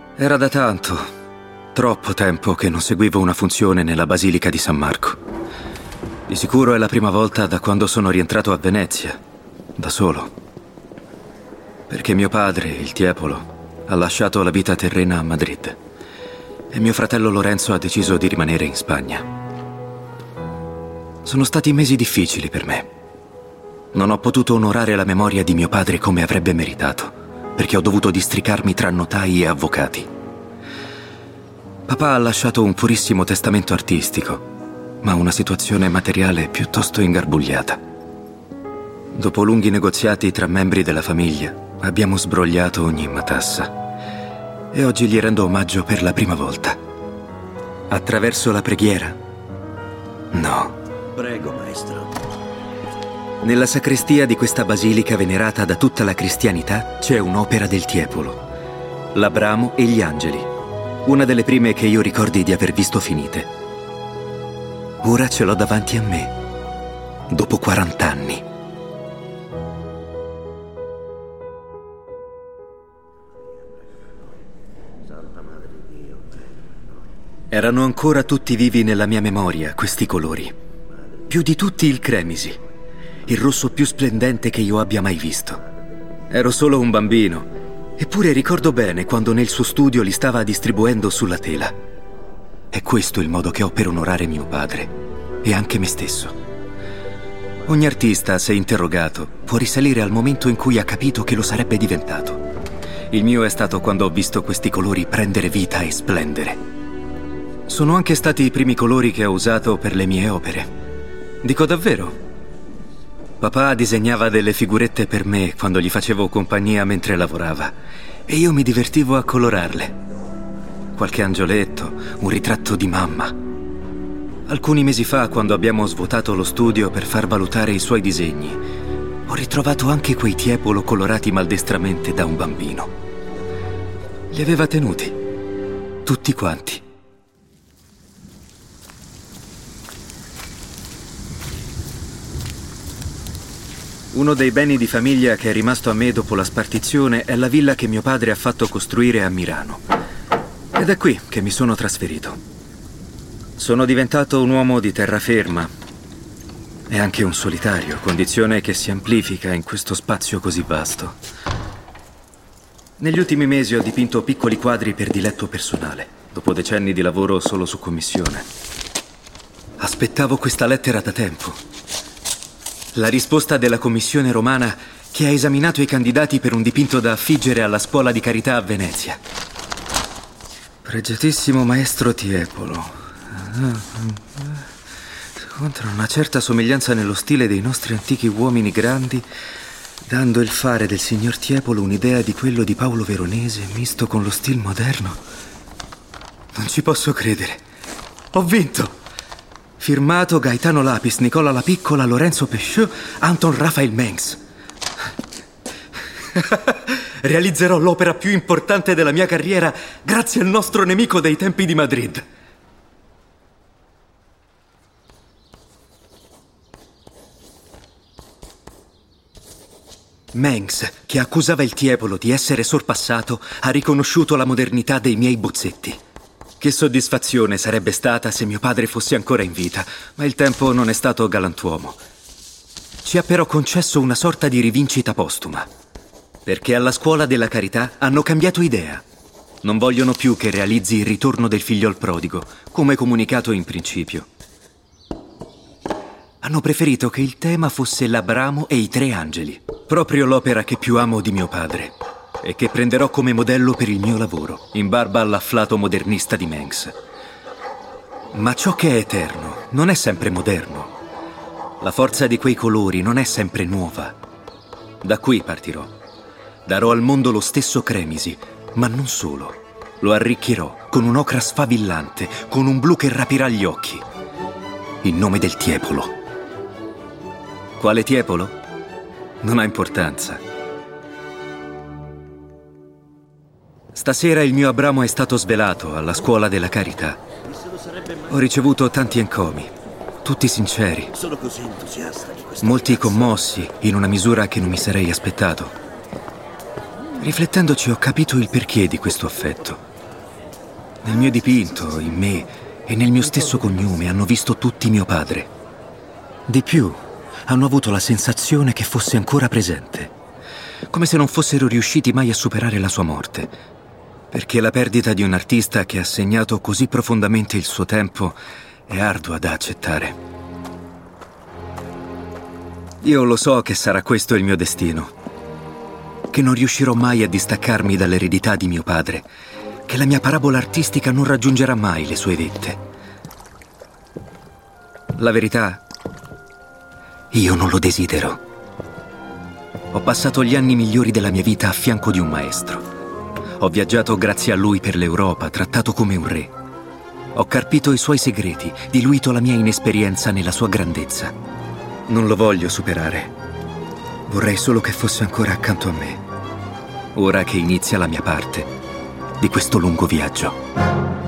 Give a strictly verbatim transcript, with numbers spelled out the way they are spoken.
Era da tanto, troppo tempo che non seguivo una funzione nella Basilica di San Marco. Di sicuro è la prima volta da quando sono rientrato a Venezia, da solo. Perché mio padre, il Tiepolo, ha lasciato la vita terrena a Madrid e mio fratello Lorenzo ha deciso di rimanere in Spagna. Sono stati mesi difficili per me. Non ho potuto onorare la memoria di mio padre come avrebbe meritato, perché ho dovuto districarmi tra notai e avvocati. Papà ha lasciato un purissimo testamento artistico, ma una situazione materiale piuttosto ingarbugliata. Dopo lunghi negoziati tra membri della famiglia, abbiamo sbrogliato ogni matassa e oggi gli rendo omaggio per la prima volta. Attraverso la preghiera? No. Prego, maestro. Nella sacrestia di questa basilica venerata da tutta la cristianità c'è un'opera del Tiepolo, l'Abramo e gli angeli, una delle prime che io ricordi di aver visto finite. Ora ce l'ho davanti a me, dopo quarant'anni. Erano ancora tutti vivi nella mia memoria, questi colori. Più di tutti il cremisi. Il rosso più splendente che io abbia mai visto. Ero solo un bambino, eppure ricordo bene quando nel suo studio li stava distribuendo sulla tela. È questo il modo che ho per onorare mio padre, e anche me stesso. Ogni artista, se interrogato, può risalire al momento in cui ha capito che lo sarebbe diventato. Il mio è stato quando ho visto questi colori prendere vita e splendere. Sono anche stati i primi colori che ho usato per le mie opere. Dico davvero. Papà disegnava delle figurette per me quando gli facevo compagnia mentre lavorava e io mi divertivo a colorarle. Qualche angioletto, un ritratto di mamma. Alcuni mesi fa, quando abbiamo svuotato lo studio per far valutare i suoi disegni, ho ritrovato anche quei Tiepolo colorati maldestramente da un bambino. Li aveva tenuti, tutti quanti. Uno dei beni di famiglia che è rimasto a me dopo la spartizione è la villa che mio padre ha fatto costruire a Milano. Ed è qui che mi sono trasferito. Sono diventato un uomo di terraferma e anche un solitario, condizione che si amplifica in questo spazio così vasto. Negli ultimi mesi ho dipinto piccoli quadri per diletto personale, dopo decenni di lavoro solo su commissione. Aspettavo questa lettera da tempo. La risposta della commissione romana che ha esaminato i candidati per un dipinto da affiggere alla scuola di carità a Venezia. Pregiatissimo maestro Tiepolo, incontra una certa somiglianza nello stile dei nostri antichi uomini grandi, dando il fare del signor Tiepolo un'idea di quello di Paolo Veronese misto con lo stil moderno. Non ci posso credere. Ho vinto! Firmato Gaetano Lapis, Nicola La Piccola, Lorenzo Pescieux, Anton Raphael Mengs. Realizzerò l'opera più importante della mia carriera grazie al nostro nemico dei tempi di Madrid. Mengs, che accusava il Tiepolo di essere sorpassato, ha riconosciuto la modernità dei miei bozzetti. Che soddisfazione sarebbe stata se mio padre fosse ancora in vita, ma il tempo non è stato galantuomo. Ci ha però concesso una sorta di rivincita postuma, perché alla scuola della carità hanno cambiato idea. Non vogliono più che realizzi il ritorno del figliol prodigo, come comunicato in principio. Hanno preferito che il tema fosse l'Abramo e i tre angeli, proprio l'opera che più amo di mio padre. E che prenderò come modello per il mio lavoro, in barba all'afflato modernista di Mengs. Ma ciò che è eterno non è sempre moderno. La forza di quei colori non è sempre nuova. Da qui partirò. Darò al mondo lo stesso cremisi, ma non solo. Lo arricchirò con un'ocra sfavillante, con un blu che rapirà gli occhi. In nome del Tiepolo. Quale Tiepolo? Non ha importanza. Stasera il mio Abramo è stato svelato alla scuola della carità. Ho ricevuto tanti encomi, tutti sinceri. Sono così entusiasta di questa molti ragazza. commossi in una misura che non mi sarei aspettato. Riflettendoci ho capito il perché di questo affetto. Nel mio dipinto, in me e nel mio stesso cognome hanno visto tutti mio padre. Di più, hanno avuto la sensazione che fosse ancora presente, come se non fossero riusciti mai a superare la sua morte, perché la perdita di un artista che ha segnato così profondamente il suo tempo è ardua da accettare. Io lo so che sarà questo il mio destino, che non riuscirò mai a distaccarmi dall'eredità di mio padre, che la mia parabola artistica non raggiungerà mai le sue vette. La verità, io non lo desidero. Ho passato gli anni migliori della mia vita a fianco di un maestro. Ho viaggiato grazie a lui per l'Europa, trattato come un re. Ho carpito i suoi segreti, diluito la mia inesperienza nella sua grandezza. Non lo voglio superare. Vorrei solo che fosse ancora accanto a me, ora che inizia la mia parte di questo lungo viaggio.